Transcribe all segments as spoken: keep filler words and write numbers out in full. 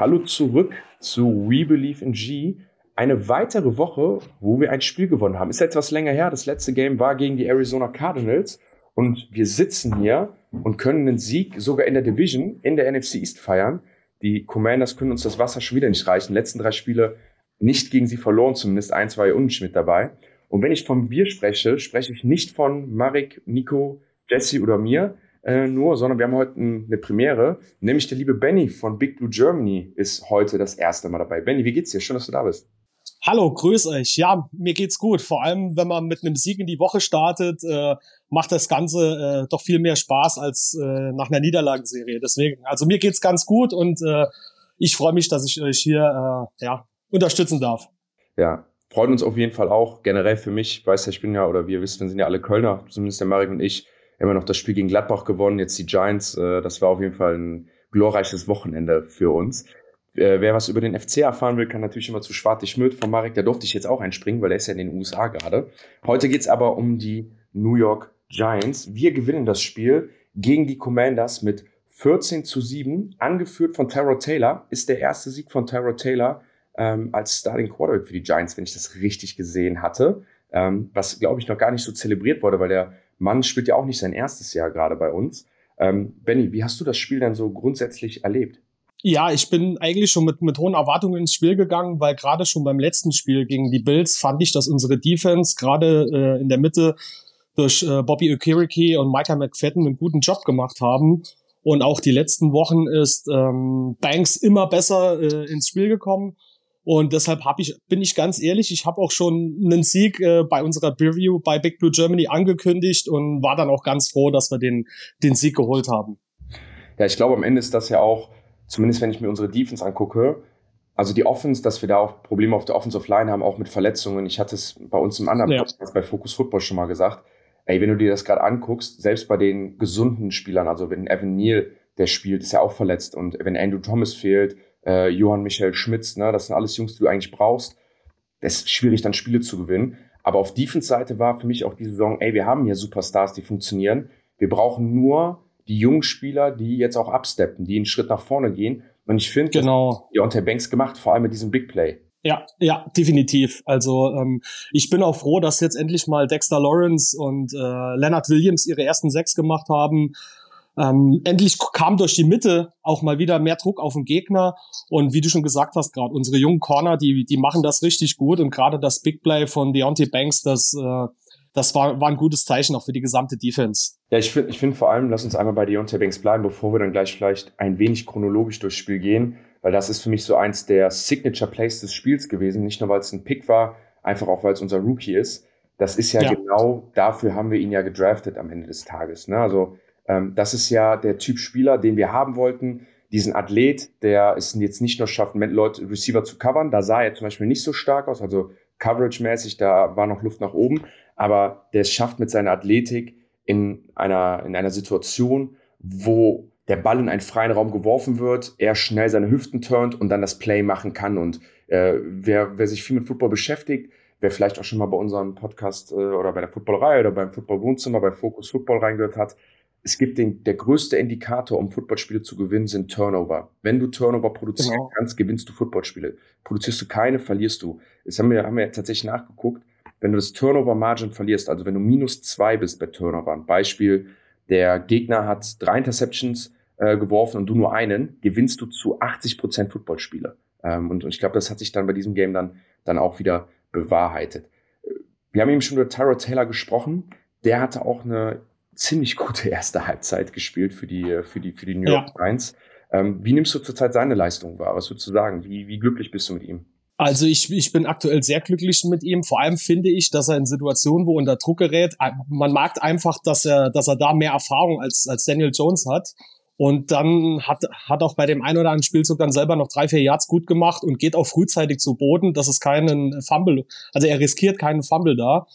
Hallo zurück zu We Believe in G. Eine weitere Woche, wo wir ein Spiel gewonnen haben. Ist etwas länger her. Das letzte Game war gegen die Arizona Cardinals. Und wir sitzen hier und können einen Sieg sogar in der Division, in der N F C East feiern. Die Commanders können uns das Wasser schon wieder nicht reichen. Die letzten drei Spiele nicht gegen sie verloren, zumindest ein, zwei Unentschieden mit dabei. Und wenn ich von wir spreche, spreche ich nicht von Marek, Nico, Jesse oder mir, Äh, nur, sondern wir haben heute ein, eine Premiere, nämlich der liebe Benny von Big Blue Germany ist heute das erste Mal dabei. Benny, wie geht's dir? Schön, dass du da bist. Hallo, grüß euch. Ja, mir geht's gut. Vor allem, wenn man mit einem Sieg in die Woche startet, äh, macht das Ganze äh, doch viel mehr Spaß als äh, nach einer Niederlagenserie. Deswegen, also mir geht's ganz gut und äh, ich freue mich, dass ich euch hier äh, ja unterstützen darf. Ja, freut uns auf jeden Fall auch. Generell für mich, ich weiß ja, ich bin ja, oder wir wissen, wir sind ja alle Kölner, zumindest der Marek und ich, immer noch das Spiel gegen Gladbach gewonnen, jetzt die Giants. Äh, das war auf jeden Fall ein glorreiches Wochenende für uns. Äh, wer was über den F C erfahren will, kann natürlich immer zu Schwarte Schmidt von Marek. Da durfte ich jetzt auch einspringen, weil der ist ja in den U S A gerade. Heute geht's aber um die New York Giants. Wir gewinnen das Spiel gegen die Commanders mit vierzehn zu sieben. Angeführt von Tyrod Taylor. Ist der erste Sieg von Tyrod Taylor ähm, als Starting Quarterback für die Giants, wenn ich das richtig gesehen hatte. Ähm, was, glaube ich, noch gar nicht so zelebriert wurde, weil der Mann spielt ja auch nicht sein erstes Jahr gerade bei uns. Ähm, Benny, wie hast du das Spiel denn so grundsätzlich erlebt? Ja, ich bin eigentlich schon mit, mit hohen Erwartungen ins Spiel gegangen, weil gerade schon beim letzten Spiel gegen die Bills fand ich, dass unsere Defense gerade äh, in der Mitte durch äh, Bobby Okereke und Micah McFadden einen guten Job gemacht haben. Und auch die letzten Wochen ist ähm, Banks immer besser äh, ins Spiel gekommen. Und deshalb hab ich, bin ich ganz ehrlich, ich habe auch schon einen Sieg äh, bei unserer Preview bei Big Blue Germany angekündigt und war dann auch ganz froh, dass wir den, den Sieg geholt haben. Ja, ich glaube, am Ende ist das ja auch, zumindest wenn ich mir unsere Defense angucke, also die Offense, dass wir da auch Probleme auf der Offensive Line haben, auch mit Verletzungen. Ich hatte es bei uns im anderen Ja. Podcast bei Focus Football schon mal gesagt. Ey, wenn du dir das gerade anguckst, selbst bei den gesunden Spielern, also wenn Evan Neal, der spielt, ist ja auch verletzt. Und wenn Andrew Thomas fehlt, äh, Johann Michael Schmitz, ne, das sind alles Jungs, die du eigentlich brauchst. Das ist schwierig, dann Spiele zu gewinnen. Aber auf Defense-Seite war für mich auch die Saison, ey, wir haben hier Superstars, die funktionieren. Wir brauchen nur die jungen Spieler, die jetzt auch absteppen, die einen Schritt nach vorne gehen. Und ich finde, Genau. das hat Deontay Banks gemacht, vor allem mit diesem Big Play. Ja, ja, definitiv. Also ähm, ich bin auch froh, dass jetzt endlich mal Dexter Lawrence und äh, Leonard Williams ihre ersten sechs gemacht haben. Ähm, endlich kam durch die Mitte auch mal wieder mehr Druck auf den Gegner. Und wie du schon gesagt hast, gerade unsere jungen Corner, die die machen das richtig gut. Und gerade das Big Play von Deontay Banks, das äh, das war war ein gutes Zeichen auch für die gesamte Defense. Ja, ich finde ich finde vor allem, lass uns einmal bei Deontay Banks bleiben, bevor wir dann gleich vielleicht ein wenig chronologisch durchs Spiel gehen, weil das ist für mich so eins der Signature Plays des Spiels gewesen. Nicht nur, weil es ein Pick war, einfach auch, weil es unser Rookie ist. Das ist ja, ja genau, dafür haben wir ihn ja gedraftet am Ende des Tages. Ne? Also ähm, das ist ja der Typ Spieler, den wir haben wollten. Diesen Athlet, der es jetzt nicht nur schafft, Leute, Receiver zu covern. Da sah er zum Beispiel nicht so stark aus, also Coverage-mäßig, da war noch Luft nach oben. Aber der es schafft mit seiner Athletik in einer, in einer Situation, wo der Ball in einen freien Raum geworfen wird, er schnell seine Hüften turnt und dann das Play machen kann. Und äh, wer, wer sich viel mit Football beschäftigt, wer vielleicht auch schon mal bei unserem Podcast äh, oder bei der Footballerei oder beim Football-Wohnzimmer bei Focus Football reingehört hat, es gibt den, der größte Indikator, um Footballspiele zu gewinnen, sind Turnover. Wenn du Turnover produzieren genau. kannst, gewinnst du Footballspiele. Produzierst du keine, verlierst du. Das haben wir, haben wir tatsächlich nachgeguckt. Wenn du das Turnover-Margin verlierst, also wenn du minus zwei bist bei Turnover, Beispiel, der Gegner hat drei Interceptions äh, geworfen und du nur einen, gewinnst du zu achtzig Prozent Footballspiele. Ähm, und, und ich glaube, das hat sich dann bei diesem Game dann, dann auch wieder bewahrheitet. Wir haben eben schon über Tyrod Taylor gesprochen. Der hatte auch eine ziemlich gute erste Halbzeit gespielt für die, für die, für die New York Giants. Ja. Ähm, wie nimmst du zurzeit seine Leistung wahr? Was würdest du sagen? Wie, wie glücklich bist du mit ihm? Also ich, ich bin aktuell sehr glücklich mit ihm. Vor allem finde ich, dass er in Situationen, wo er unter Druck gerät, man merkt einfach, dass er, dass er da mehr Erfahrung als, als Daniel Jones hat. Und dann hat, hat auch bei dem einen oder anderen Spielzug dann selber noch drei, vier Yards gut gemacht und geht auch frühzeitig zu Boden, dass es keinen Fumble, also er riskiert keinen Fumble da.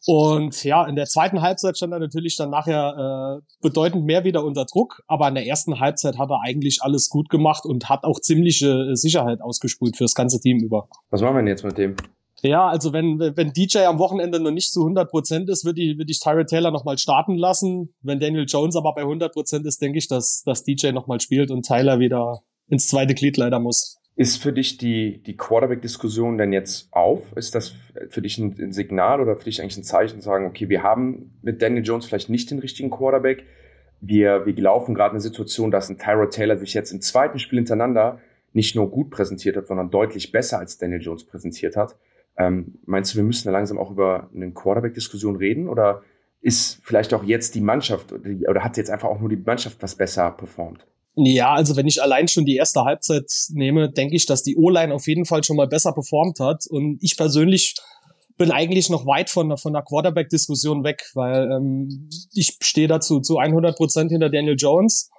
Und ja, in der zweiten Halbzeit stand er natürlich dann nachher äh, bedeutend mehr wieder unter Druck, aber in der ersten Halbzeit hat er eigentlich alles gut gemacht und hat auch ziemliche Sicherheit ausgesprüht für das ganze Team über. Was machen wir denn jetzt mit dem? Ja, also wenn wenn D J am Wochenende noch nicht zu hundert Prozent ist, würde ich, würde ich Tyrod Taylor nochmal starten lassen. Wenn Daniel Jones aber bei hundert Prozent ist, denke ich, dass, dass D J nochmal spielt und Tyler wieder ins zweite Glied leider muss. Ist für dich die, die Quarterback-Diskussion denn jetzt auf? Ist das für dich ein, ein Signal oder für dich eigentlich ein Zeichen, zu sagen, okay, wir haben mit Daniel Jones vielleicht nicht den richtigen Quarterback. Wir, wir laufen gerade eine Situation, dass ein Tyrod Taylor sich jetzt im zweiten Spiel hintereinander nicht nur gut präsentiert hat, sondern deutlich besser als Daniel Jones präsentiert hat. Ähm, meinst du, wir müssen da langsam auch über eine Quarterback-Diskussion reden? Oder ist vielleicht auch jetzt die Mannschaft oder hat jetzt einfach auch nur die Mannschaft was besser performt? Ja, also wenn ich allein schon die erste Halbzeit nehme, denke ich, dass die O-Line auf jeden Fall schon mal besser performt hat. Und ich persönlich bin eigentlich noch weit von, von der Quarterback-Diskussion weg, weil ähm, ich stehe dazu zu hundert Prozent hinter Daniel Jones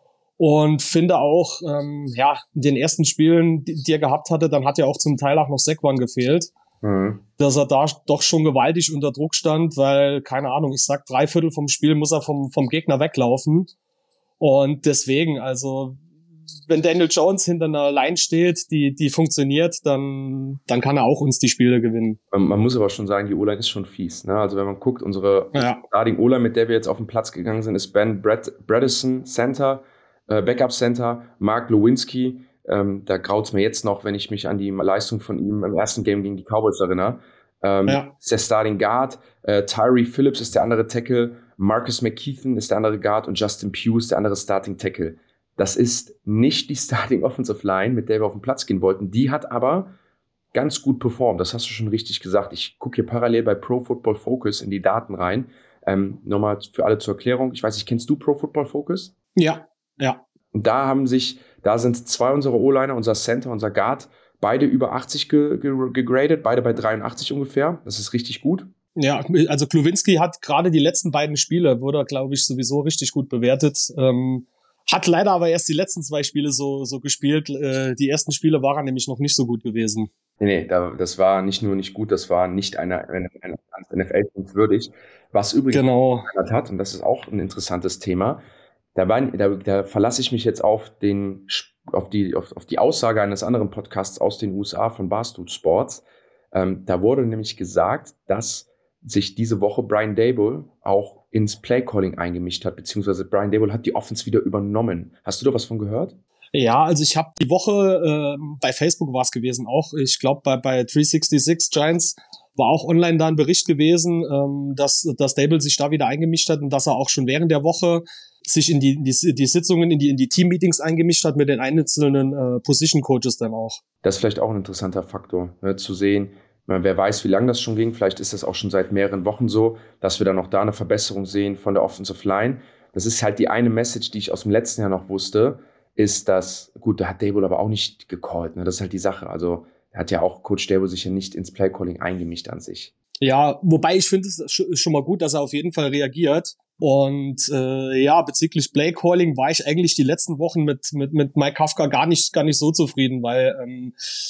und finde auch, ähm, ja, in den ersten Spielen, die, die er gehabt hatte, dann hat ja auch zum Teil auch noch Saquon gefehlt, mhm. dass er da doch schon gewaltig unter Druck stand, weil, keine Ahnung, ich sag, drei Viertel vom Spiel muss er vom, vom Gegner weglaufen. Und deswegen, also, wenn Daniel Jones hinter einer Line steht, die, die funktioniert, dann, dann kann er auch uns die Spiele gewinnen. Man, man muss aber schon sagen, die O-Line ist schon fies, ne? Also, wenn man guckt, unsere ja. Starting O-Line, mit der wir jetzt auf den Platz gegangen sind, ist Ben Brad, Bredesen, Center, äh, Backup Center, Mark Lewinsky. Ähm, da graut's mir jetzt noch, wenn ich mich an die Leistung von ihm im ersten Game gegen die Cowboys erinnere. Ähm, ja. Ist der Starting Guard, äh, Tyree Phillips ist der andere Tackle, Marcus McKeithen ist der andere Guard und Justin Pugh ist der andere Starting Tackle. Das ist nicht die Starting Offensive Line, mit der wir auf den Platz gehen wollten. Die hat aber ganz gut performt. Das hast du schon richtig gesagt. Ich gucke hier parallel bei Pro Football Focus in die Daten rein. Ähm, nochmal für alle zur Erklärung. Ich weiß nicht, kennst du Pro Football Focus? Ja, ja. Und da haben sich, da sind zwei unserer O-Liner, unser Center, unser Guard, beide über achtzig ge- ge- gegradet, beide bei dreiundachtzig ungefähr. Das ist richtig gut. Ja, also Klowinski hat gerade die letzten beiden Spiele, wurde, glaube ich, sowieso richtig gut bewertet. Ähm, hat leider aber erst die letzten zwei Spiele so so gespielt. Äh, die ersten Spiele waren er nämlich noch nicht so gut gewesen. Nee, nee, da, das war nicht nur nicht gut, das war nicht eine, eine, eine N F L-Teams würdig. Was übrigens genau. hat, und das ist auch ein interessantes Thema, da, war, da, da verlasse ich mich jetzt auf, den, auf, die, auf, auf die Aussage eines anderen Podcasts aus den U S A von Barstool Sports. Ähm, da wurde nämlich gesagt, dass sich diese Woche Brian Daboll auch ins Playcalling eingemischt hat, beziehungsweise Brian Daboll hat die Offense wieder übernommen. Hast du da was von gehört? Ja, also ich habe die Woche, äh, bei Facebook war es gewesen auch, ich glaube bei, bei dreihundertsechsundsechzig Giants war auch online da ein Bericht gewesen, ähm, dass, dass Daboll sich da wieder eingemischt hat und dass er auch schon während der Woche sich in die, die, die Sitzungen, in die, in die Team-Meetings eingemischt hat mit den einzelnen äh, Position-Coaches dann auch. Das ist vielleicht auch ein interessanter Faktor, ne, zu sehen. Wer weiß, wie lange das schon ging. Vielleicht ist das auch schon seit mehreren Wochen so, dass wir dann noch da eine Verbesserung sehen von der Offensive Line. Das ist halt die eine Message, die ich aus dem letzten Jahr noch wusste, ist, dass, gut, da hat Daboll aber auch nicht gecallt. Ne? Das ist halt die Sache. Also er hat ja auch, Coach Daboll, sich ja nicht ins Playcalling eingemischt an sich. Ja, wobei ich finde es schon mal gut, dass er auf jeden Fall reagiert. Und äh, ja, bezüglich Playcalling war ich eigentlich die letzten Wochen mit mit mit Mike Kafka gar nicht gar nicht so zufrieden, weil ähm,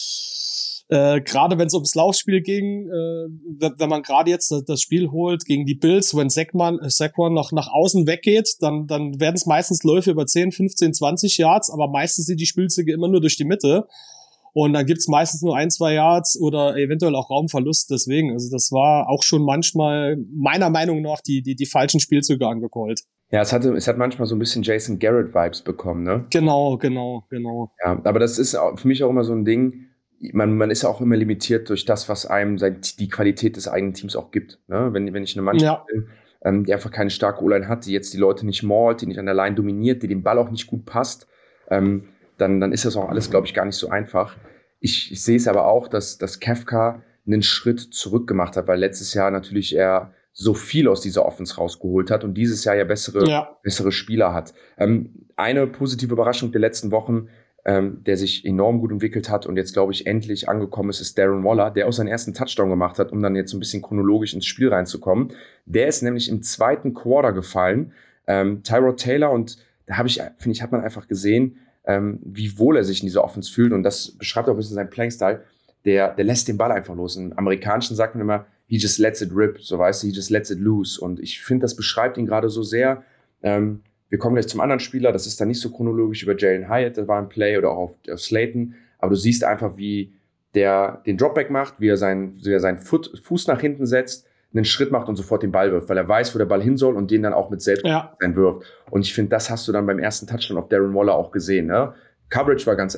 Äh, gerade wenn es ums Laufspiel ging, äh, wenn man gerade jetzt das, das Spiel holt gegen die Bills, wenn Saquon, äh, Saquon nach, nach außen weggeht, dann, dann werden es meistens Läufe über zehn, fünfzehn, zwanzig Yards, aber meistens sind die Spielzüge immer nur durch die Mitte. Und dann gibt's meistens nur ein, zwei Yards oder eventuell auch Raumverlust. Deswegen, also das war auch schon manchmal meiner Meinung nach die, die, die falschen Spielzüge angecallt. Ja, es hatte, es hat manchmal so ein bisschen Jason Garrett-Vibes bekommen, ne? Genau, genau, genau. Ja, aber das ist auch für mich auch immer so ein Ding. Man, man ist ja auch immer limitiert durch das, was einem sein, die Qualität des eigenen Teams auch gibt. Ne? Wenn, wenn ich eine Mannschaft ja. bin, ähm, die einfach keine starke O-Line hat, die jetzt die Leute nicht mault, die nicht an der Line dominiert, die dem Ball auch nicht gut passt, ähm, dann, dann ist das auch alles, glaube ich, gar nicht so einfach. Ich, ich sehe es aber auch, dass, dass Kafka einen Schritt zurück gemacht hat, weil letztes Jahr natürlich er so viel aus dieser Offense rausgeholt hat und dieses Jahr ja bessere, ja. bessere Spieler hat. Ähm, eine positive Überraschung der letzten Wochen, Ähm, der sich enorm gut entwickelt hat und jetzt, glaube ich, endlich angekommen ist, ist Darren Waller, der auch seinen ersten Touchdown gemacht hat, um dann jetzt ein bisschen chronologisch ins Spiel reinzukommen. Der ist nämlich im zweiten Quarter gefallen. Ähm, Tyrod Taylor, und da habe ich, finde ich, hat man einfach gesehen, ähm, wie wohl er sich in dieser Offense fühlt, und das beschreibt auch ein bisschen seinen Playing-Style. Der, der lässt den Ball einfach los. Im Amerikanischen sagt man immer, he just lets it rip, so weißt du, he just lets it loose. Und ich finde, das beschreibt ihn gerade so sehr. Ähm, Wir kommen gleich zum anderen Spieler, das ist dann nicht so chronologisch über Jalen Hyatt, das war ein Play, oder auch auf, auf Slayton, aber du siehst einfach, wie der den Dropback macht, wie er seinen, wie er seinen Foot, Fuß nach hinten setzt, einen Schritt macht und sofort den Ball wirft, weil er weiß, wo der Ball hin soll und den dann auch mit Selbstbewusstsein ja. wirft. Und ich finde, das hast du dann beim ersten Touchdown auf Darren Waller auch gesehen. Ne? Coverage war ganz eng,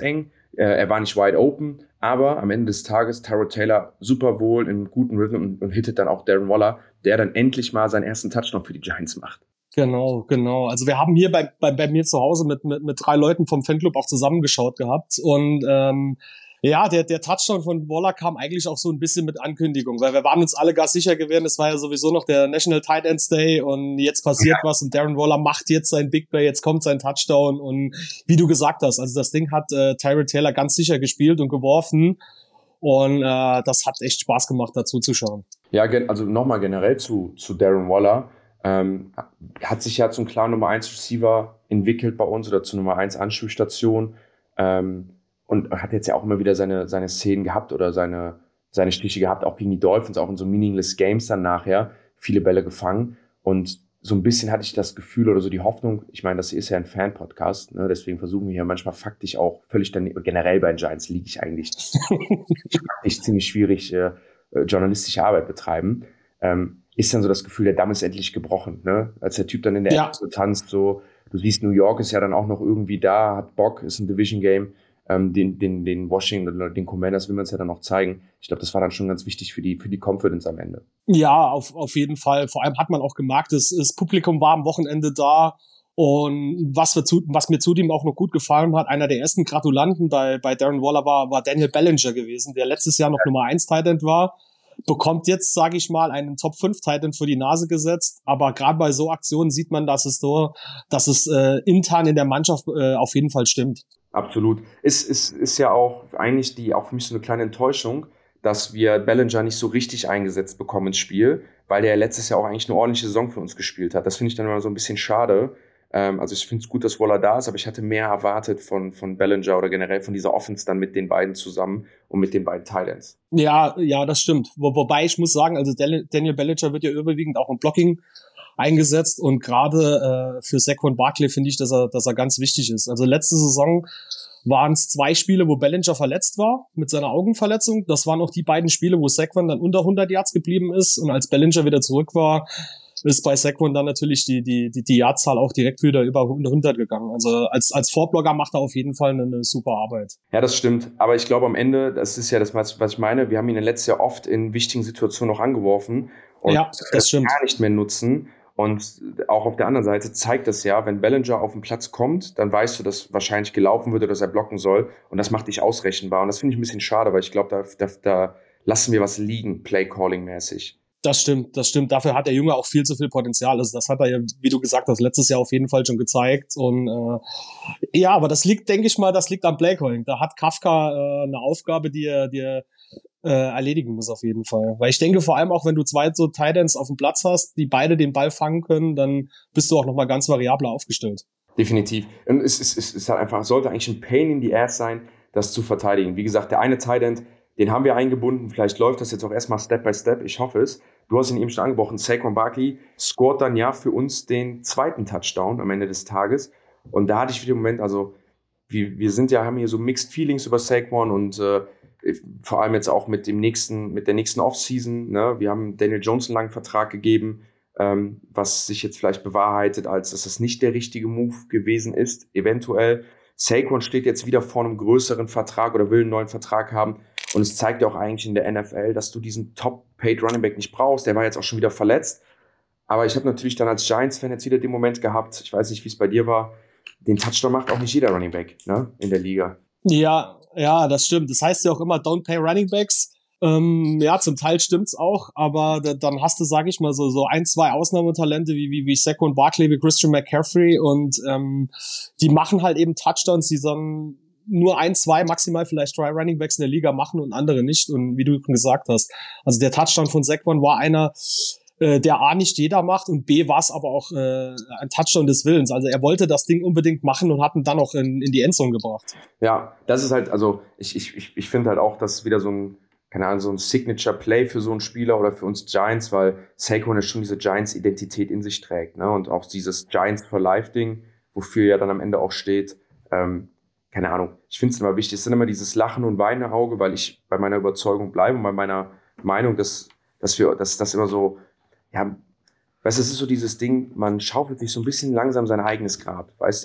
Äh, er war nicht wide open, aber am Ende des Tages Tyrod Taylor super wohl in guten Rhythm und, und hittet dann auch Darren Waller, der dann endlich mal seinen ersten Touchdown für die Giants macht. Genau, genau. Also wir haben hier bei, bei, bei mir zu Hause mit, mit, mit drei Leuten vom Fanclub auch zusammengeschaut gehabt und ähm, ja, der, der Touchdown von Waller kam eigentlich auch so ein bisschen mit Ankündigung, weil wir waren uns alle gar sicher gewesen, es war ja sowieso noch der National Tight Ends Day und jetzt passiert ja was und Darren Waller macht jetzt sein Big Play, jetzt kommt sein Touchdown und wie du gesagt hast, also das Ding hat äh, Tyrod Taylor ganz sicher gespielt und geworfen und äh, das hat echt Spaß gemacht, dazu zu schauen. Ja, also nochmal generell zu, zu Darren Waller. Ähm, hat sich ja zum klaren Nummer eins Receiver entwickelt bei uns oder zur Nummer eins Anspielstation ähm, und hat jetzt ja auch immer wieder seine, seine Szenen gehabt oder seine, seine Stiche gehabt, auch gegen die Dolphins, auch in so meaningless Games dann nachher, viele Bälle gefangen und so ein bisschen hatte ich das Gefühl oder so die Hoffnung, ich meine, das ist ja ein Fan-Podcast, ne, deswegen versuchen wir hier manchmal faktisch auch völlig dann, generell bei den Giants liege ich eigentlich faktisch ziemlich schwierig äh, journalistische Arbeit betreiben, ähm, ist dann so das Gefühl, der Damm ist endlich gebrochen, ne? Als der Typ dann in der ja. Ecke so tanzt, so, du siehst, New York ist ja dann auch noch irgendwie da, hat Bock, ist ein Division-Game, ähm, den, den, den Washington oder den Commanders will man es ja dann noch zeigen. Ich glaube, das war dann schon ganz wichtig für die, für die Confidence am Ende. Ja, auf, auf jeden Fall. Vor allem hat man auch gemerkt, das, das Publikum war am Wochenende da. Und was, wir zu, was mir zudem auch noch gut gefallen hat, einer der ersten Gratulanten bei, bei Darren Waller war, war Daniel Bellinger gewesen, der letztes Jahr noch Nummer eins Tight End war. Bekommt jetzt, sage ich mal, einen Top fünf Tight End für die Nase gesetzt. Aber gerade bei so Aktionen sieht man, dass es so, dass es äh, intern in der Mannschaft äh, auf jeden Fall stimmt. Absolut. Es ist, ist, ist ja auch eigentlich die, auch für mich so eine kleine Enttäuschung, dass wir Bellinger nicht so richtig eingesetzt bekommen ins Spiel, weil der letztes Jahr auch eigentlich eine ordentliche Saison für uns gespielt hat. Das finde ich dann immer so ein bisschen schade. Ähm, also ich finde es gut, dass Waller da ist, aber ich hatte mehr erwartet von, von Bellinger oder generell von dieser Offense dann mit den beiden zusammen und mit den beiden Tight Ends. Ja, ja, das stimmt. Wo, wobei ich muss sagen, also Daniel Bellinger wird ja überwiegend auch im Blocking eingesetzt und gerade äh, für Saquon Barkley finde ich, dass er, dass er ganz wichtig ist. Also letzte Saison waren es zwei Spiele, wo Bellinger verletzt war mit seiner Augenverletzung. Das waren auch die beiden Spiele, wo Saquon dann unter hundert Yards geblieben ist und als Bellinger wieder zurück war, ist bei Saquon dann natürlich die die die, die Yardzahl auch direkt wieder über hundert gegangen. Also als als Vorblocker macht er auf jeden Fall eine, eine super Arbeit. Ja, das stimmt. Aber ich glaube am Ende, das ist ja das, was ich meine, wir haben ihn letztes Jahr oft in wichtigen Situationen noch angeworfen und ja, das stimmt. gar nicht mehr nutzen. Und auch auf der anderen Seite zeigt das ja, wenn Bellinger auf den Platz kommt, dann weißt du, dass wahrscheinlich gelaufen wird oder dass er blocken soll. Und das macht dich ausrechenbar. Und das finde ich ein bisschen schade, weil ich glaube, da, da, da lassen wir was liegen, Play-Calling-mäßig. Das stimmt, das stimmt. Dafür hat der Junge auch viel zu viel Potenzial. Also das hat er ja, wie du gesagt hast, letztes Jahr auf jeden Fall schon gezeigt. Und äh, ja, aber das liegt, denke ich mal, das liegt am Playcalling. Da hat Kafka äh, eine Aufgabe, die er, die er äh, erledigen muss auf jeden Fall. Weil ich denke vor allem auch, wenn du zwei so Tight Ends auf dem Platz hast, die beide den Ball fangen können, dann bist du auch nochmal ganz variabler aufgestellt. Definitiv. Und es ist, es ist halt einfach, es sollte eigentlich ein Pain in the Ass sein, das zu verteidigen. Wie gesagt, der eine Tight End, den haben wir eingebunden. Vielleicht läuft das jetzt auch erstmal Step by Step. Ich hoffe es. Du hast ihn eben schon angebrochen. Saquon Barkley scoret dann ja für uns den zweiten Touchdown am Ende des Tages. Und da hatte ich wieder den Moment, also wir, wir sind ja, haben hier so Mixed Feelings über Saquon und äh, vor allem jetzt auch mit dem nächsten, mit der nächsten Offseason. Ne? Wir haben Daniel Jones einen langen Vertrag gegeben, ähm, was sich jetzt vielleicht bewahrheitet, als dass das nicht der richtige Move gewesen ist, eventuell. Saquon steht jetzt wieder vor einem größeren Vertrag oder will einen neuen Vertrag haben. Und es zeigt ja auch eigentlich in der N F L, dass du diesen Top-Paid Running Back nicht brauchst. Der war jetzt auch schon wieder verletzt. Aber ich habe natürlich dann als Giants-Fan jetzt wieder den Moment gehabt, ich weiß nicht, wie es bei dir war, den Touchdown macht auch nicht jeder Running Back, ne, in der Liga. Ja, ja, das stimmt. Das heißt ja auch immer, don't pay Running Backs. Ähm, ja, zum Teil stimmt's auch, aber da, dann hast du, sag ich mal, so so ein, zwei Ausnahmetalente wie wie wie Saquon Barkley, wie Christian McCaffrey und ähm, die machen halt eben Touchdowns, die dann nur ein, zwei, maximal vielleicht drei Running Backs in der Liga machen und andere nicht. Und wie du schon gesagt hast, also der Touchdown von Saquon war einer, äh, der A nicht jeder macht und B war es aber auch äh, ein Touchdown des Willens. Also er wollte das Ding unbedingt machen und hat ihn dann auch in, in die Endzone gebracht. Ja, das ist halt, also ich ich ich, ich finde halt auch, dass wieder so ein keine Ahnung, so ein Signature-Play für so einen Spieler oder für uns Giants, weil Saquon ja schon diese Giants-Identität in sich trägt, ne? Und auch dieses Giants-for-Life-Ding, wofür ja dann am Ende auch steht, ähm, keine Ahnung, ich finde es immer wichtig, es sind immer dieses Lachen und Weinen Auge, weil ich bei meiner Überzeugung bleibe und bei meiner Meinung, dass, dass wir, dass das immer so, ja, weißt du, es ist so dieses Ding, man schaufelt sich so ein bisschen langsam sein eigenes Grab, weißt du?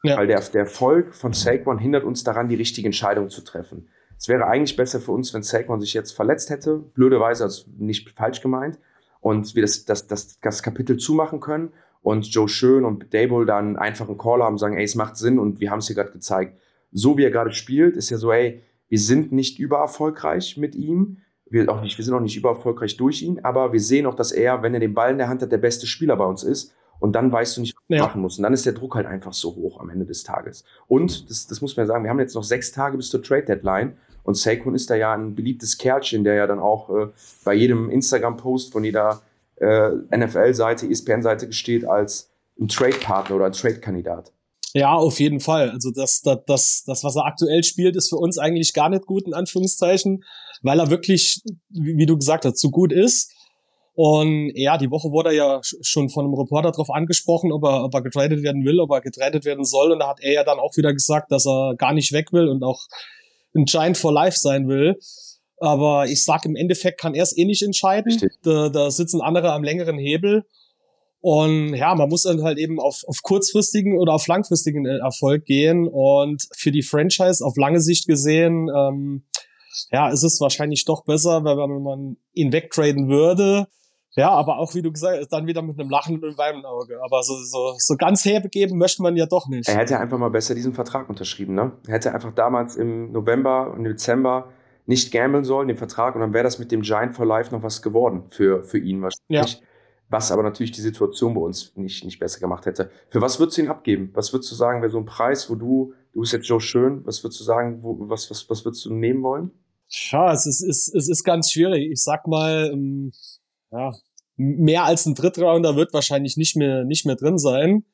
Ja. Weil der, der Erfolg von Saquon hindert uns daran, die richtige Entscheidung zu treffen. Es wäre eigentlich besser für uns, wenn Saquon sich jetzt verletzt hätte, blöderweise, also nicht falsch gemeint, und wir das, das, das, das Kapitel zumachen können und Joe Schön und Daboll dann einfach einen Call haben, sagen, ey, es macht Sinn und wir haben es hier gerade gezeigt. So wie er gerade spielt, ist ja so, ey, wir sind nicht übererfolgreich mit ihm, wir, auch nicht, wir sind auch nicht übererfolgreich durch ihn, aber wir sehen auch, dass er, wenn er den Ball in der Hand hat, der beste Spieler bei uns ist. Und dann weißt du nicht, was du ja. machen musst. Und dann ist der Druck halt einfach so hoch am Ende des Tages. Und, das, das muss man ja sagen, wir haben jetzt noch sechs Tage bis zur Trade-Deadline. Und Saquon ist da ja ein beliebtes Kerlchen, der ja dann auch äh, bei jedem Instagram-Post von jeder äh, N F L-Seite, E S P N-Seite steht als ein Trade-Partner oder ein Trade-Kandidat. Ja, auf jeden Fall. Also das, das, das, das, was er aktuell spielt, ist für uns eigentlich gar nicht gut, in Anführungszeichen, weil er wirklich, wie du gesagt hast, zu gut ist. Und ja, die Woche wurde er ja schon von einem Reporter darauf angesprochen, ob er, ob er getradet werden will, ob er getradet werden soll. Und da hat er ja dann auch wieder gesagt, dass er gar nicht weg will und auch ein Giant for Life sein will. Aber ich sag, im Endeffekt kann er es eh nicht entscheiden. Da, da sitzen andere am längeren Hebel. Und ja, man muss dann halt eben auf, auf kurzfristigen oder auf langfristigen Erfolg gehen. Und für die Franchise auf lange Sicht gesehen, ähm, ja, ist es wahrscheinlich doch besser, weil wenn man ihn wegtraden würde. Ja, aber auch, wie du gesagt hast, dann wieder mit einem Lachen und einem Auge. Aber so, so, so ganz hergeben möchte man ja doch nicht. Er hätte einfach mal besser diesen Vertrag unterschrieben, ne? Er hätte einfach damals im November und Dezember nicht gamblen sollen, den Vertrag, und dann wäre das mit dem Giant for Life noch was geworden für, für ihn wahrscheinlich. Ja. Was aber natürlich die Situation bei uns nicht, nicht besser gemacht hätte. Für was würdest du ihn abgeben? Was würdest du sagen, wäre so ein Preis, wo du, du bist jetzt Joe Schön, was würdest du sagen, wo, was, was, was würdest du nehmen wollen? Ja, es ist, ist, es ist ganz schwierig. Ich sag mal, ähm, ja, mehr als ein Drittrounder wird wahrscheinlich nicht mehr, nicht mehr drin sein.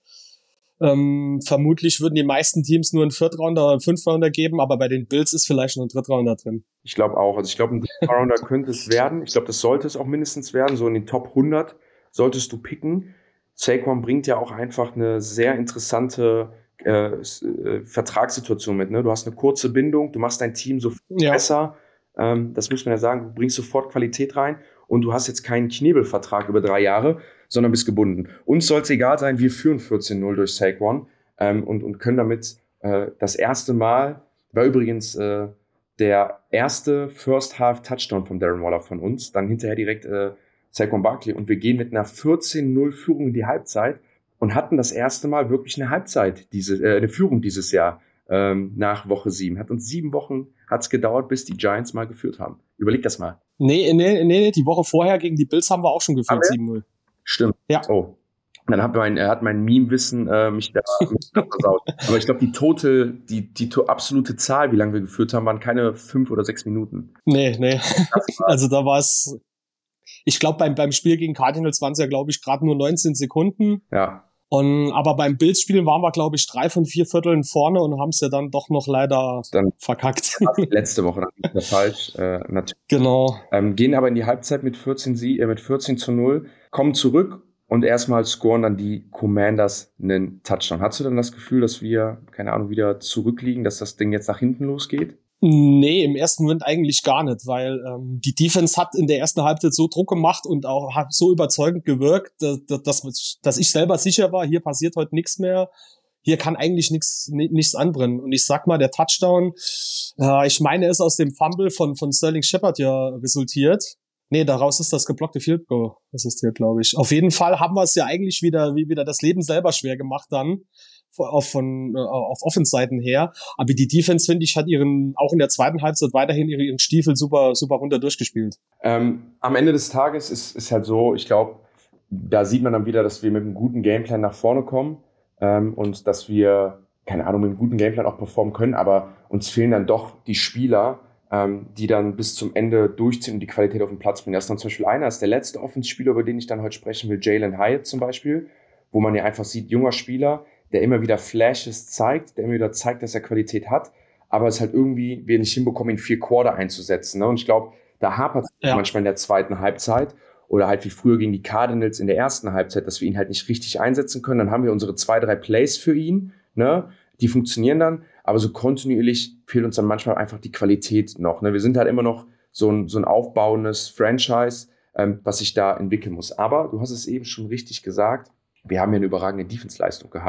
Ähm, vermutlich würden die meisten Teams nur einen Viertrounder oder einen Fünfrounder geben, aber bei den Bills ist vielleicht noch ein Drittrounder drin. Ich glaube auch. Also ich glaube, ein Drittrounder könnte es werden. Ich glaube, das sollte es auch mindestens werden. So in den Top hundert solltest du picken. Saquon bringt ja auch einfach eine sehr interessante äh, äh, Vertragssituation mit. Ne? Du hast eine kurze Bindung, du machst dein Team so ja. besser. Ähm, das muss man ja sagen, du bringst sofort Qualität rein und du hast jetzt keinen Knebelvertrag über drei Jahre, sondern bist gebunden. Uns soll es egal sein, wir führen vierzehn null durch Saquon ähm, und, und können damit äh, das erste Mal, war übrigens äh, der erste First-Half-Touchdown von Darren Waller von uns, dann hinterher direkt äh, Saquon Barkley, und wir gehen mit einer vierzehn null Führung in die Halbzeit und hatten das erste Mal wirklich eine Halbzeit, diese, äh, eine Führung dieses Jahr ähm, nach Woche sieben. Hat uns sieben Wochen hat's gedauert, bis die Giants mal geführt haben. Überleg das mal. Nee, nee, nee, die Woche vorher gegen die Bills haben wir auch schon geführt, sieben null. Stimmt. Ja. Oh. Dann hat mein, hat mein Meme-Wissen äh, mich da, mich da versaut. Aber ich glaube, die total, die, die to- absolute Zahl, wie lange wir geführt haben, waren keine fünf oder sechs Minuten. Nee, nee. Also da war es, ich glaube, beim, beim Spiel gegen Cardinals waren es ja, glaube ich, gerade nur neunzehn Sekunden. Ja. Und, aber beim Bills-Spiel waren wir, glaube ich, drei von vier Vierteln vorne und haben es ja dann doch noch leider dann verkackt. Letzte Woche, das ist ja falsch. Äh, natürlich. Genau. Ähm, gehen aber in die Halbzeit mit vierzehn, Sie- äh, mit vierzehn zu null, kommen zurück und erstmal scoren dann die Commanders einen Touchdown. Hast du dann das Gefühl, dass wir, keine Ahnung, wieder zurückliegen, dass das Ding jetzt nach hinten losgeht? Nee, im ersten Moment eigentlich gar nicht, weil ähm, die Defense hat in der ersten Halbzeit so Druck gemacht und auch hat so überzeugend gewirkt, dass, dass, dass ich selber sicher war, hier passiert heute nichts mehr, hier kann eigentlich nichts nichts anbrennen. Und ich sag mal, der Touchdown, äh, ich meine, er ist aus dem Fumble von von Sterling Shepard ja resultiert. Nee, daraus ist das geblockte Field Goal resultiert, glaube ich. Auf jeden Fall haben wir es ja eigentlich wieder wie wieder das Leben selber schwer gemacht dann. Auf, von, auf Offense-Seiten her. Aber die Defense, finde ich, hat ihren, auch in der zweiten Halbzeit weiterhin ihren Stiefel super, super runter durchgespielt. Ähm, am Ende des Tages ist, ist halt so, ich glaube, da sieht man dann wieder, dass wir mit einem guten Gameplan nach vorne kommen ähm, und dass wir, keine Ahnung, mit einem guten Gameplan auch performen können, aber uns fehlen dann doch die Spieler, ähm, die dann bis zum Ende durchziehen und die Qualität auf den Platz bringen. Das ist dann zum Beispiel einer, ist der letzte Offense-Spieler, über den ich dann heute sprechen will, Jalen Hyatt zum Beispiel, wo man ja einfach sieht, junger Spieler, der immer wieder Flashes zeigt, der immer wieder zeigt, dass er Qualität hat, aber es halt irgendwie wir nicht hinbekommen, ihn vier Quarter einzusetzen. Ne? Und ich glaube, da hapert es ja. manchmal in der zweiten Halbzeit oder halt wie früher gegen die Cardinals in der ersten Halbzeit, dass wir ihn halt nicht richtig einsetzen können. Dann haben wir unsere zwei, drei Plays für ihn, ne? Die funktionieren dann, aber so kontinuierlich fehlt uns dann manchmal einfach die Qualität noch. Ne? Wir sind halt immer noch so ein, so ein aufbauendes Franchise, ähm, was sich da entwickeln muss. Aber du hast es eben schon richtig gesagt, wir haben ja eine überragende Defense-Leistung gehabt.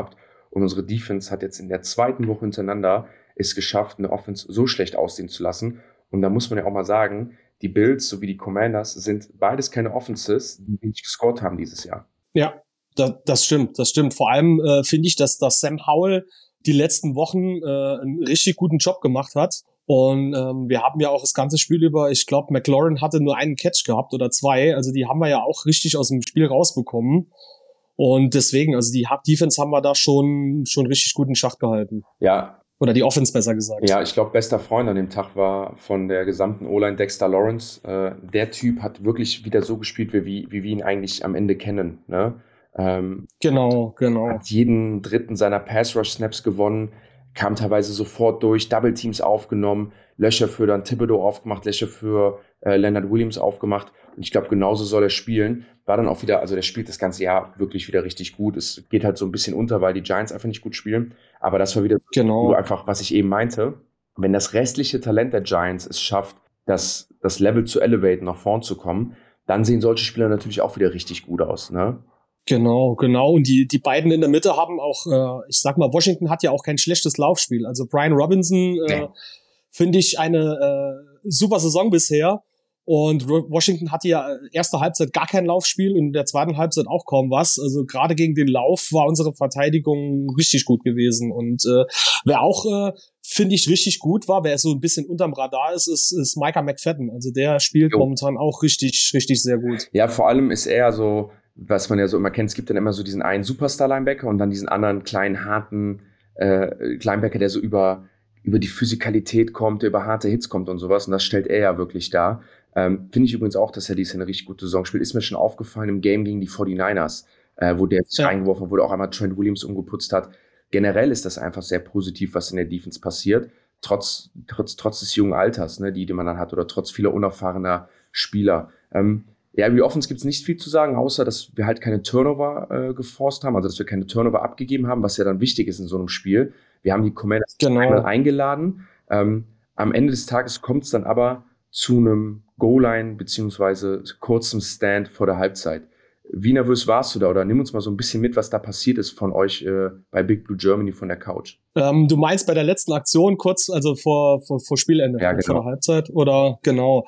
Und unsere Defense hat jetzt in der zweiten Woche hintereinander es geschafft, eine Offense so schlecht aussehen zu lassen. Und da muss man ja auch mal sagen, die Bills sowie die Commanders sind beides keine Offenses, die wenig gescored haben dieses Jahr. Ja, das, das stimmt, das stimmt. Vor allem äh, finde ich, dass, dass Sam Howell die letzten Wochen äh, einen richtig guten Job gemacht hat. Und ähm, wir haben ja auch das ganze Spiel über, ich glaube, McLaurin hatte nur einen Catch gehabt oder zwei. Also die haben wir ja auch richtig aus dem Spiel rausbekommen. Und deswegen, also die Defense haben wir da schon schon richtig gut in Schach gehalten. Ja. Oder die Offense besser gesagt. Ja, ich glaube, bester Freund an dem Tag war von der gesamten O-Line Dexter Lawrence. Äh, der Typ hat wirklich wieder so gespielt, wie, wie wir ihn eigentlich am Ende kennen. Ne? Ähm, genau, genau. Hat jeden dritten seiner Pass-Rush-Snaps gewonnen, kam teilweise sofort durch, Double-Teams aufgenommen, Löcher für dann Thibodeau aufgemacht, Löcher für äh, Leonard Williams aufgemacht. Und ich glaube, genauso soll er spielen. War dann auch wieder, also der spielt das ganze Jahr wirklich wieder richtig gut. Es geht halt so ein bisschen unter, weil die Giants einfach nicht gut spielen. Aber das war wieder genau. so einfach, was ich eben meinte. Wenn das restliche Talent der Giants es schafft, das, das Level zu elevaten, nach vorn zu kommen, dann sehen solche Spieler natürlich auch wieder richtig gut aus, ne? Genau, genau. Und die, die beiden in der Mitte haben auch, äh, ich sag mal, Washington hat ja auch kein schlechtes Laufspiel. Also Brian Robinson, äh, nee. finde ich eine äh, super Saison bisher. Und Washington hatte ja erste Halbzeit gar kein Laufspiel und in der zweiten Halbzeit auch kaum was. Also gerade gegen den Lauf war unsere Verteidigung richtig gut gewesen. Und äh, wer auch, äh, finde ich, richtig gut war, wer so ein bisschen unterm Radar ist, ist, ist Micah McFadden. Also der spielt jo. momentan auch richtig, richtig sehr gut. Ja, vor allem ist er so, was man ja so immer kennt, es gibt dann immer so diesen einen Superstar-Linebacker und dann diesen anderen kleinen, harten äh, Linebacker, der so über, über die Physikalität kommt, der über harte Hits kommt und sowas. Und das stellt er ja wirklich dar. Ähm, Finde ich übrigens auch, dass er dies eine richtig gute Saison spielt. Ist mir schon aufgefallen im Game gegen die forty-niners, äh, wo der sich ja. reingeworfen hat, wo der auch einmal Trent Williams umgeputzt hat. Generell ist das einfach sehr positiv, was in der Defense passiert, trotz, trotz, trotz des jungen Alters, ne, die, die man dann hat, oder trotz vieler unerfahrener Spieler. Ähm, ja, über die Offense gibt es nicht viel zu sagen, außer dass wir halt keine Turnover äh, geforst haben, also dass wir keine Turnover abgegeben haben, was ja dann wichtig ist in so einem Spiel. Wir haben die Commanders genau. einmal eingeladen. Ähm, am Ende des Tages kommt es dann aber zu einem Goal-Line beziehungsweise kurzem Stand vor der Halbzeit. Wie nervös warst du da? Oder nimm uns mal so ein bisschen mit, was da passiert ist von euch äh, bei Big Blue Germany von der Couch. Ähm, du meinst bei der letzten Aktion kurz, also vor, vor, vor Spielende, ja, genau. vor der Halbzeit? Oder genau.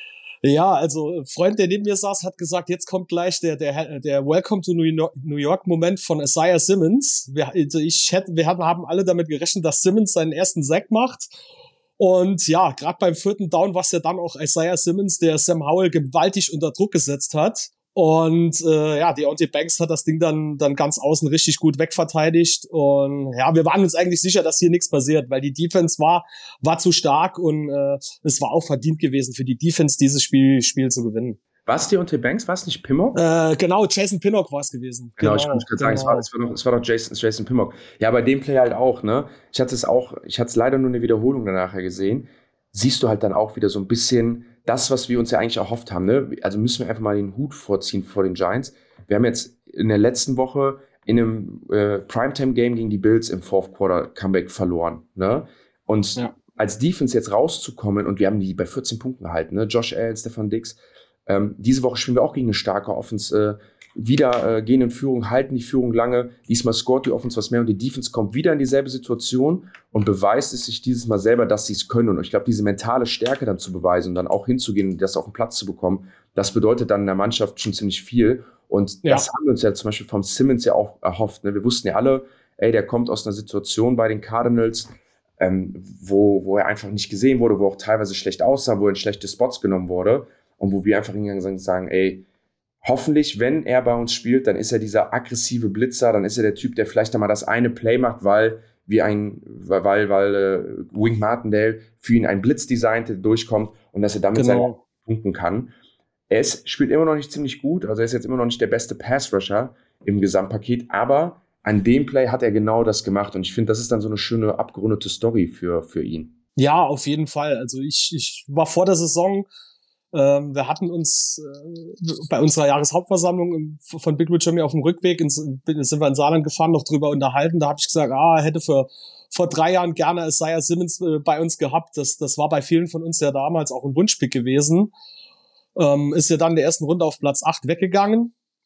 Ja, also ein Freund, der neben mir saß, hat gesagt, jetzt kommt gleich der der der Welcome to New York, New York Moment von Isaiah Simmons. Wir, also ich hätte, wir haben alle damit gerechnet, dass Simmons seinen ersten Sack macht. Und ja, gerade beim vierten Down war es ja dann auch Isaiah Simmons, der Sam Howell gewaltig unter Druck gesetzt hat. Und äh, ja, Deontay Banks hat das Ding dann dann ganz außen richtig gut wegverteidigt. Und ja, wir waren uns eigentlich sicher, dass hier nichts passiert, weil die Defense war war zu stark und äh, es war auch verdient gewesen für die Defense, dieses Spiel Spiel zu gewinnen. War es Deontay Banks? War es nicht Pinnock? Äh, genau, Jason Pinnock war es gewesen. Genau, genau ich wollte gerade genau. sagen, es war, es, war doch, es war doch Jason, Jason Pinnock. Ja, bei dem Play halt auch, ne? Ich hatte es auch, ich hatte es leider nur eine Wiederholung danach gesehen. Siehst du halt dann auch wieder so ein bisschen das, was wir uns ja eigentlich erhofft haben, ne? Also müssen wir einfach mal den Hut vorziehen vor den Giants. Wir haben jetzt in der letzten Woche in einem äh, Primetime-Game gegen die Bills im Fourth Quarter Comeback verloren, ne? Und ja. als Defense jetzt rauszukommen, und wir haben die bei vierzehn Punkten gehalten, ne? Josh Allen, Stefan Diggs. Ähm, diese Woche spielen wir auch gegen eine starke Offense. Äh, wieder äh, gehen in Führung, halten die Führung lange. Diesmal scoret die Offense was mehr und die Defense kommt wieder in dieselbe Situation und beweist es sich dieses Mal selber, dass sie es können. Und ich glaube, diese mentale Stärke dann zu beweisen und dann auch hinzugehen und das auf den Platz zu bekommen, das bedeutet dann in der Mannschaft schon ziemlich viel. Und ja. das haben wir uns ja zum Beispiel vom Simmons ja auch erhofft. Ne? Wir wussten ja alle, ey, der kommt aus einer Situation bei den Cardinals, ähm, wo, wo er einfach nicht gesehen wurde, wo er auch teilweise schlecht aussah, wo er in schlechte Spots genommen wurde und wo wir einfach hingegangen sind und sagen, ey, hoffentlich, wenn er bei uns spielt, dann ist er dieser aggressive Blitzer, dann ist er der Typ, der vielleicht einmal das eine Play macht, weil wir ein, weil, weil äh, Wink Martindale für ihn ein Blitz designt, der durchkommt und dass er damit genau. seine punkten kann. Er ist, spielt immer noch nicht ziemlich gut, also er ist jetzt immer noch nicht der beste Pass-Rusher im Gesamtpaket, aber an dem Play hat er genau das gemacht und ich finde, das ist dann so eine schöne, abgerundete Story für, für ihn. Ja, auf jeden Fall. Also ich, ich war vor der Saison Ähm, wir hatten uns äh, bei unserer Jahreshauptversammlung von Big Blue Germany auf dem Rückweg, ins, sind wir in Saarland gefahren, noch drüber unterhalten. Da habe ich gesagt, ah, hätte für vor drei Jahren gerne Isaiah Simmons äh, bei uns gehabt. Das, das war bei vielen von uns ja damals auch ein Wunschpick gewesen. Ähm, ist ja dann in der ersten Runde auf Platz acht weggegangen.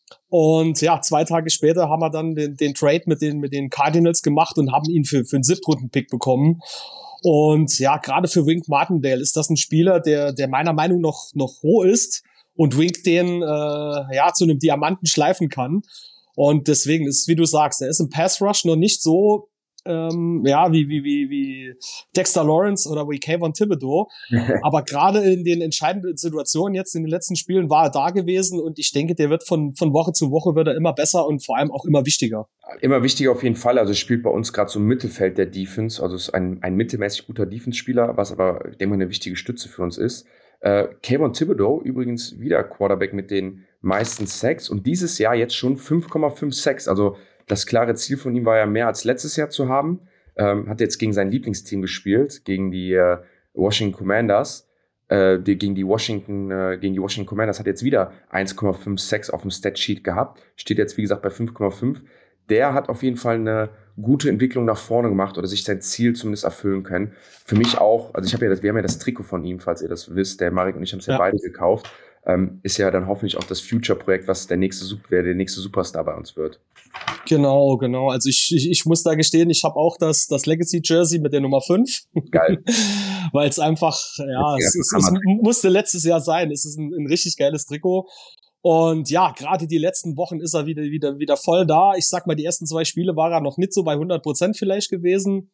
Und ja, zwei Tage später haben wir dann den, den Trade mit den, mit den Cardinals gemacht und haben ihn für, für einen Siebtrunden-Pick bekommen. Und ja, gerade für Wink Martindale ist das ein Spieler, der, der meiner Meinung nach noch, noch hoch ist und Wink den, äh, ja, zu einem Diamanten schleifen kann. Und deswegen ist, wie du sagst, er ist im Pass Rush noch nicht so, ähm, ja, wie, wie, wie, wie Dexter Lawrence oder wie Kayvon Thibodeau. Aber gerade in den entscheidenden Situationen jetzt in den letzten Spielen war er da gewesen und ich denke, der wird von, von Woche zu Woche wird er immer besser und vor allem auch immer wichtiger. Immer wichtiger auf jeden Fall. Also spielt bei uns gerade so im Mittelfeld der Defense. Also ist ein, ein mittelmäßig guter Defense-Spieler, was aber, ich denke mal, eine wichtige Stütze für uns ist. Äh, Kayvon Thibodeau, übrigens wieder Quarterback mit den meisten Sacks und dieses Jahr jetzt schon fünf Komma fünf Sacks. Also das klare Ziel von ihm war ja mehr als letztes Jahr zu haben. Ähm, hat jetzt gegen sein Lieblingsteam gespielt, gegen die äh, Washington Commanders. Äh, die, gegen die Washington äh, gegen die Washington Commanders hat jetzt wieder eins Komma fünf Sacks auf dem Statsheet gehabt. Steht jetzt, wie gesagt, bei fünf Komma fünf. Der hat auf jeden Fall eine gute Entwicklung nach vorne gemacht oder sich sein Ziel zumindest erfüllen können. Für mich auch, also ich habe ja das, wir haben ja das Trikot von ihm, falls ihr das wisst, der Marek und ich haben es ja, ja beide gekauft. Ähm, ist ja dann hoffentlich auch das Future-Projekt, was der nächste, wer der nächste Superstar bei uns wird. Genau, genau. Also ich, ich, ich muss da gestehen, ich habe auch das, das Legacy-Jersey mit der Nummer fünf. Geil. Weil es einfach, ja, es, es, es musste letztes Jahr sein. Es ist ein, ein richtig geiles Trikot. Und ja, gerade die letzten Wochen ist er wieder, wieder, wieder voll da. Ich sag mal, die ersten zwei Spiele war er noch nicht so bei hundert Prozent vielleicht gewesen.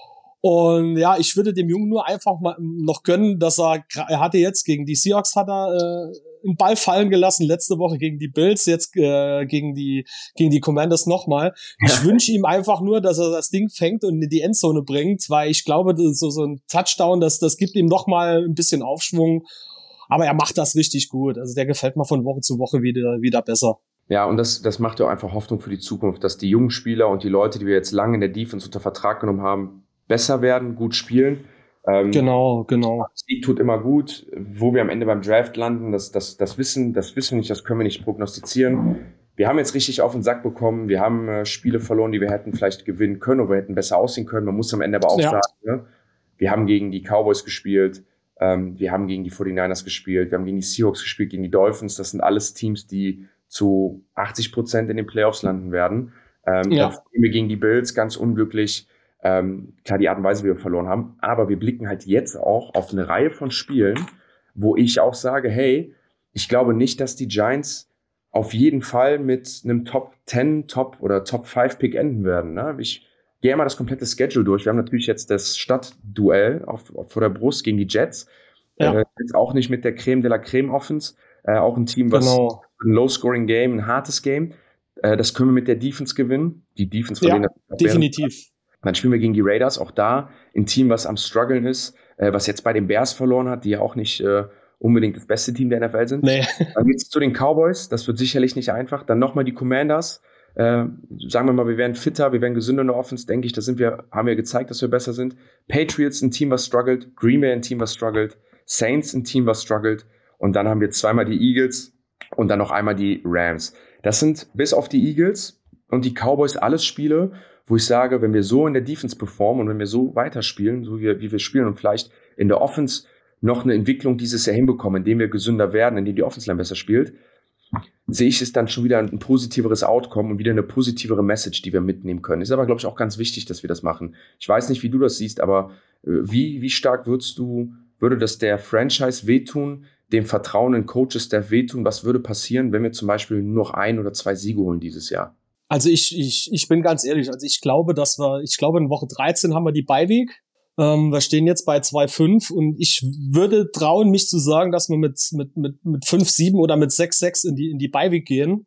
Und ja, ich würde dem Jungen nur einfach mal noch gönnen, dass er, er hatte jetzt gegen die Seahawks hat er äh, einen Ball fallen gelassen, letzte Woche gegen die Bills, jetzt äh, gegen die gegen die Commanders nochmal. Ich wünsche ihm einfach nur, dass er das Ding fängt und in die Endzone bringt, weil ich glaube, das ist so, so ein Touchdown, das, das gibt ihm nochmal ein bisschen Aufschwung. Aber er macht das richtig gut. Also der gefällt mir von Woche zu Woche wieder, wieder besser. Ja, und das, das macht ja auch einfach Hoffnung für die Zukunft, dass die jungen Spieler und die Leute, die wir jetzt lange in der Defense unter Vertrag genommen haben, besser werden, gut spielen. Ähm, genau, genau. Sieg tut immer gut. Wo wir am Ende beim Draft landen, das, das, das wissen, das wissen wir nicht, das können wir nicht prognostizieren. Wir haben jetzt richtig auf den Sack bekommen. Wir haben äh, Spiele verloren, die wir hätten vielleicht gewinnen können oder wir hätten besser aussehen können. Man muss am Ende aber auch ja. sagen, ne? Wir haben gegen die Cowboys gespielt. Ähm, wir haben gegen die forty-niners gespielt. Wir haben gegen die Seahawks gespielt, gegen die Dolphins. Das sind alles Teams, die zu achtzig Prozent in den Playoffs landen werden. Ähm, ja. Dann spielen wir gegen die Bills, ganz unglücklich. Ähm, klar, die Art und Weise, wie wir verloren haben, aber wir blicken halt jetzt auch auf eine Reihe von Spielen, wo ich auch sage, hey, ich glaube nicht, dass die Giants auf jeden Fall mit einem Top zehn, Top oder Top fünf Pick enden werden. Ne? Ich gehe mal das komplette Schedule durch. Wir haben natürlich jetzt das Stadtduell auf, auf, vor der Brust gegen die Jets. Ja. Äh, jetzt auch nicht mit der Creme de la Creme Offense. Äh, auch ein Team, was genau. ein Low-Scoring-Game, ein hartes Game. Äh, das können wir mit der Defense gewinnen. Die Defense ja, definitiv. Dann spielen wir gegen die Raiders, auch da ein Team, was am Struggeln ist, äh, was jetzt bei den Bears verloren hat, die ja auch nicht äh, unbedingt das beste Team der N F L sind. Nee. Dann geht's zu den Cowboys, das wird sicherlich nicht einfach. Dann nochmal die Commanders. Äh, sagen wir mal, wir werden fitter, wir werden gesünder in der Offense, denke ich, da sind wir, haben wir gezeigt, dass wir besser sind. Patriots, ein Team, was struggelt. Green Bay, ein Team, was struggelt. Saints, ein Team, was struggelt. Und dann haben wir zweimal die Eagles und dann noch einmal die Rams. Das sind bis auf die Eagles und die Cowboys alles Spiele, wo ich sage, wenn wir so in der Defense performen und wenn wir so weiterspielen, so wie, wie wir spielen und vielleicht in der Offense noch eine Entwicklung dieses Jahr hinbekommen, indem wir gesünder werden, indem die Offense-Line besser spielt, sehe ich es dann schon wieder ein positiveres Outcome und wieder eine positivere Message, die wir mitnehmen können. Ist aber, glaube ich, auch ganz wichtig, dass wir das machen. Ich weiß nicht, wie du das siehst, aber äh, wie, wie stark würdest du, würde das der Franchise wehtun, dem Vertrauen in Coaches-Staff wehtun? Was würde passieren, wenn wir zum Beispiel nur noch ein oder zwei Siege holen dieses Jahr? Also ich, ich, ich bin ganz ehrlich, also ich glaube, dass wir, ich glaube in Woche dreizehn haben wir die Bye-Week. Ähm, wir stehen jetzt bei zwei fünf und ich würde trauen, mich zu sagen, dass wir mit, mit, mit, mit fünf sieben oder mit sechs sechs in die, in die Bye-Week gehen.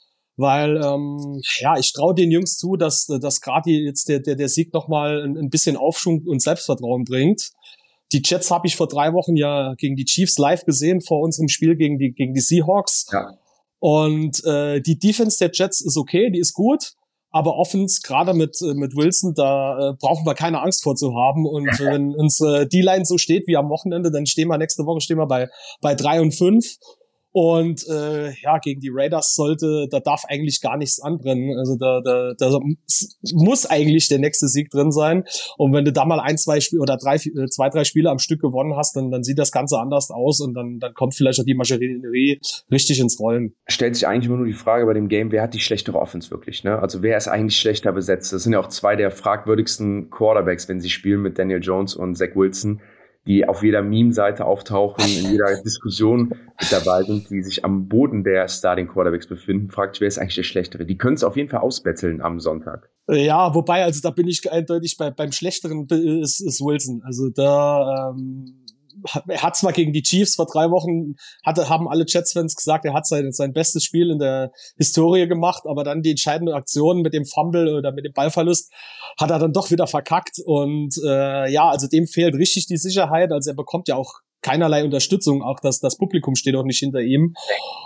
Weil, ähm, ja, ich traue den Jungs zu, dass, dass gerade jetzt der, der, der Sieg nochmal ein, ein bisschen Aufschwung und Selbstvertrauen bringt. Die Jets habe ich vor drei Wochen ja gegen die Chiefs live gesehen, vor unserem Spiel gegen die, gegen die Seahawks. Ja. Und äh, die Defense der Jets ist okay, die ist gut, aber Offense, gerade mit mit Wilson, da äh, brauchen wir keine Angst vor zu haben. Und wenn unsere D-Line so steht wie am Wochenende, dann stehen wir nächste Woche stehen wir bei bei drei und fünf. Und äh, ja, gegen die Raiders sollte, da darf eigentlich gar nichts anbrennen. Also da, da, da muss eigentlich der nächste Sieg drin sein. Und wenn du da mal ein, zwei Spiele oder drei, zwei, drei Spiele am Stück gewonnen hast, dann, dann sieht das Ganze anders aus und dann, dann kommt vielleicht auch die Maschinerie richtig ins Rollen. Stellt sich eigentlich immer nur die Frage bei dem Game, wer hat die schlechtere Offense wirklich, ne? Also wer ist eigentlich schlechter besetzt? Das sind ja auch zwei der fragwürdigsten Quarterbacks, wenn sie spielen mit Daniel Jones und Zach Wilson, die auf jeder Meme-Seite auftauchen, in jeder Diskussion mit dabei sind, die sich am Boden der Starting-Quarterbacks befinden. Fragt, wer ist eigentlich der Schlechtere? Die können es auf jeden Fall ausbetteln am Sonntag. Ja, wobei, also da bin ich eindeutig bei, beim Schlechteren ist, ist Wilson. Also da, ähm, er hat zwar gegen die Chiefs vor drei Wochen, hatte, haben alle Jets-Fans gesagt, er hat sein, sein bestes Spiel in der Historie gemacht, aber dann die entscheidende Aktion mit dem Fumble oder mit dem Ballverlust hat er dann doch wieder verkackt und äh, ja, also dem fehlt richtig die Sicherheit, also er bekommt ja auch keinerlei Unterstützung, auch das, das Publikum steht auch nicht hinter ihm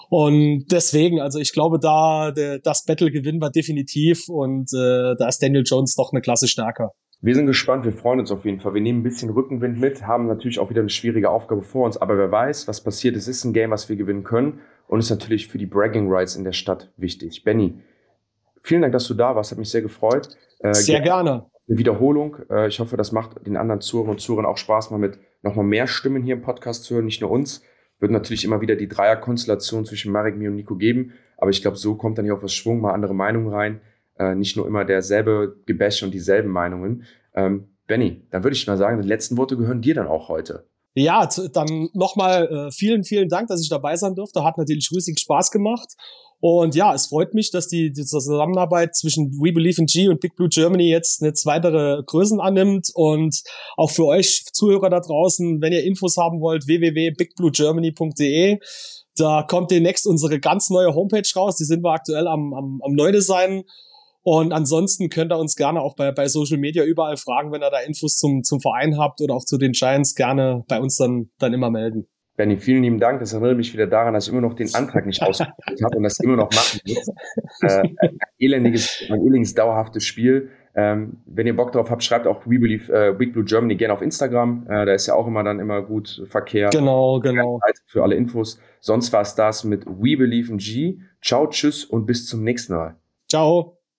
und deswegen, also ich glaube da, der, das Battle gewinnen wir definitiv und äh, da ist Daniel Jones doch eine Klasse stärker. Wir sind gespannt, wir freuen uns auf jeden Fall. Wir nehmen ein bisschen Rückenwind mit, haben natürlich auch wieder eine schwierige Aufgabe vor uns, aber wer weiß, was passiert. Es ist ein Game, was wir gewinnen können und ist natürlich für die Bragging Rights in der Stadt wichtig. Benny, vielen Dank, dass du da warst, hat mich sehr gefreut. Äh, sehr gerne. Eine Wiederholung. Äh, ich hoffe, das macht den anderen Zuhörern und Zuhörern auch Spaß, mal mit nochmal mehr Stimmen hier im Podcast zu hören, nicht nur uns. Wird natürlich immer wieder die Dreierkonstellation zwischen Marek, mir und Nico geben, aber ich glaube, so kommt dann hier auch was Schwung, mal andere Meinungen rein. Äh, nicht nur immer derselbe Gebäsch und dieselben Meinungen. Ähm, Benny, dann würde ich mal sagen, die letzten Worte gehören dir dann auch heute. Ja, dann nochmal äh, vielen, vielen Dank, dass ich dabei sein durfte. Hat natürlich riesig Spaß gemacht. Und ja, es freut mich, dass die, die Zusammenarbeit zwischen We Believe in G und Big Blue Germany jetzt eine weitere Größen annimmt. Und auch für euch Zuhörer da draußen, wenn ihr Infos haben wollt, w w w punkt big blue germany punkt d e. Da kommt demnächst unsere ganz neue Homepage raus. Die sind wir aktuell am, am, am Neudesign. Und ansonsten könnt ihr uns gerne auch bei, bei Social Media überall fragen, wenn ihr da Infos zum, zum Verein habt oder auch zu den Giants, gerne bei uns dann, dann immer melden. Benni, vielen lieben Dank. Das erinnert mich wieder daran, dass ich immer noch den Antrag nicht ausgefüllt habe und das immer noch machen muss. Äh, ein elendiges, ein elendiges, dauerhaftes Spiel. Ähm, wenn ihr Bock drauf habt, schreibt auch We Believe, äh, Big Blue Germany gerne auf Instagram. Äh, da ist ja auch immer dann immer gut Verkehr. Genau, genau. Für alle Infos. Sonst war es das mit We Believe in G. Ciao, tschüss und bis zum nächsten Mal. Ciao.